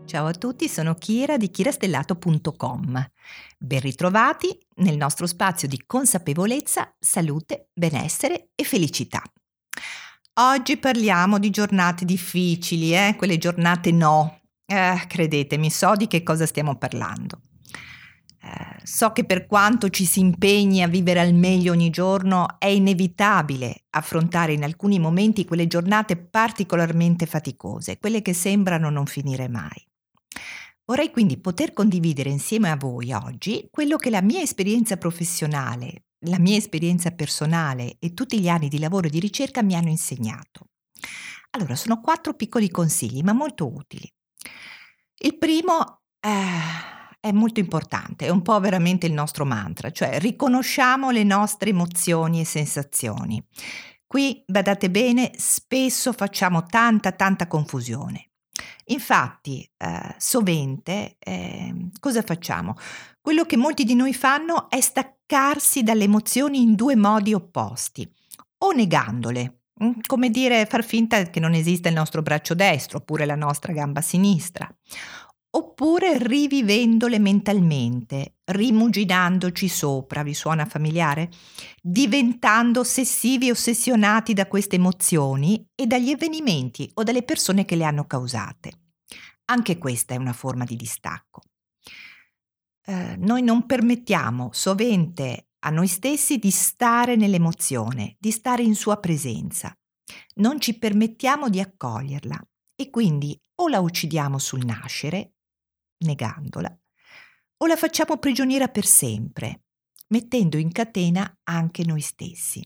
Ciao a tutti, sono Kira di kirastellato.com. Ben ritrovati nel nostro spazio di consapevolezza, salute, benessere e felicità. Oggi parliamo di giornate difficili, quelle giornate no. Credetemi, so di che cosa stiamo parlando. So che per quanto ci si impegni a vivere al meglio ogni giorno, è inevitabile affrontare in alcuni momenti quelle giornate particolarmente faticose, quelle che sembrano non finire mai. Vorrei quindi poter condividere insieme a voi oggi quello che la mia esperienza professionale, la mia esperienza personale e tutti gli anni di lavoro e di ricerca mi hanno insegnato. Allora, sono 4 piccoli consigli, ma molto utili. Il primo è molto importante, è un po' veramente il nostro mantra, cioè riconosciamo le nostre emozioni e sensazioni. Qui, badate bene, spesso facciamo tanta confusione. Infatti, sovente, cosa facciamo? Quello che molti di noi fanno è staccarsi dalle emozioni in 2 modi opposti, o negandole, come dire far finta che non esista il nostro braccio destro, oppure la nostra gamba sinistra, oppure rivivendole mentalmente, rimuginandoci sopra, vi suona familiare? Diventando ossessivi e ossessionati da queste emozioni e dagli avvenimenti o dalle persone che le hanno causate. Anche questa è una forma di distacco. Noi non permettiamo sovente a noi stessi di stare nell'emozione, di stare in sua presenza. Non ci permettiamo di accoglierla e quindi o la uccidiamo sul nascere, negandola, o la facciamo prigioniera per sempre, mettendo in catena anche noi stessi.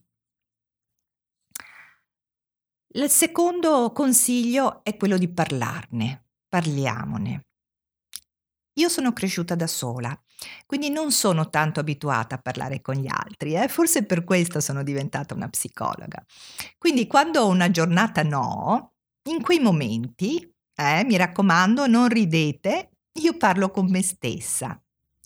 Il secondo consiglio è quello di parlarne, parliamone. Io sono cresciuta da sola, quindi non sono tanto abituata a parlare con gli altri, forse per questo sono diventata una psicologa. Quindi quando ho una giornata no, in quei momenti, mi raccomando, non ridete, io parlo con me stessa.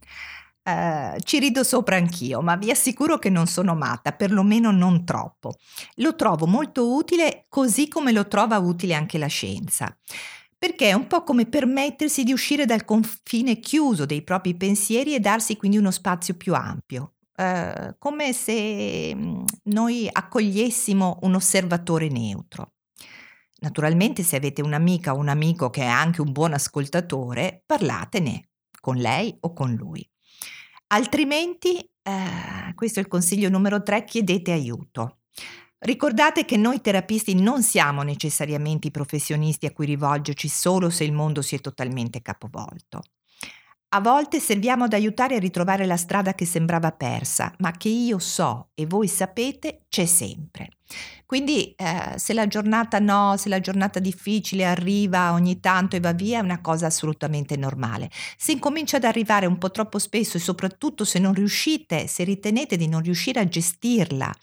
Ci rido sopra anch'io, ma vi assicuro che non sono matta, perlomeno non troppo. Lo trovo molto utile, così come lo trova utile anche la scienza. Perché è un po' come permettersi di uscire dal confine chiuso dei propri pensieri e darsi quindi uno spazio più ampio, come se noi accogliessimo un osservatore neutro. Naturalmente, se avete un'amica o un amico che è anche un buon ascoltatore, parlatene con lei o con lui. Altrimenti, questo è il consiglio numero 3, chiedete aiuto. Ricordate che noi terapisti non siamo necessariamente i professionisti a cui rivolgerci solo se il mondo si è totalmente capovolto. A volte serviamo ad aiutare a ritrovare la strada che sembrava persa, ma che io so e voi sapete c'è sempre. Quindi se la giornata no, se la giornata difficile arriva ogni tanto e va via, è una cosa assolutamente normale. Se incomincia ad arrivare un po' troppo spesso e soprattutto se non riuscite, se ritenete di non riuscire a gestirla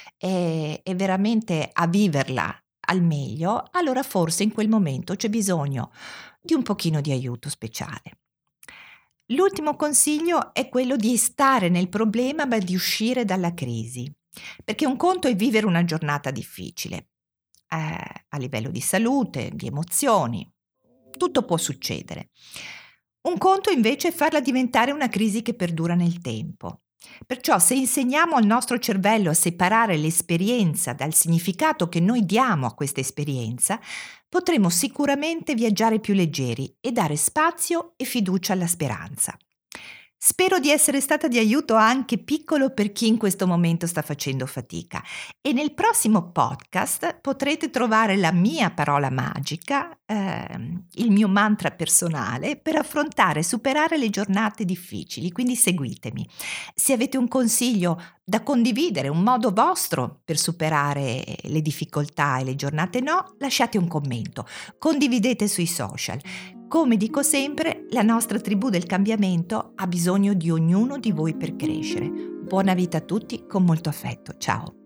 e veramente a viverla al meglio, allora forse in quel momento c'è bisogno di un pochino di aiuto speciale. L'ultimo consiglio è quello di stare nel problema ma di uscire dalla crisi, perché un conto è vivere una giornata difficile, a livello di salute, di emozioni, tutto può succedere. Un conto invece è farla diventare una crisi che perdura nel tempo. Perciò se insegniamo al nostro cervello a separare l'esperienza dal significato che noi diamo a questa esperienza, potremo sicuramente viaggiare più leggeri e dare spazio e fiducia alla speranza. Spero di essere stata di aiuto anche piccolo per chi in questo momento sta facendo fatica e nel prossimo podcast potrete trovare la mia parola magica, il mio mantra personale per affrontare e superare le giornate difficili, quindi seguitemi. Se avete un consiglio da condividere, un modo vostro per superare le difficoltà e le giornate no, lasciate un commento, condividete sui social. Come dico sempre, la nostra tribù del cambiamento ha bisogno di ognuno di voi per crescere. Buona vita a tutti, con molto affetto. Ciao!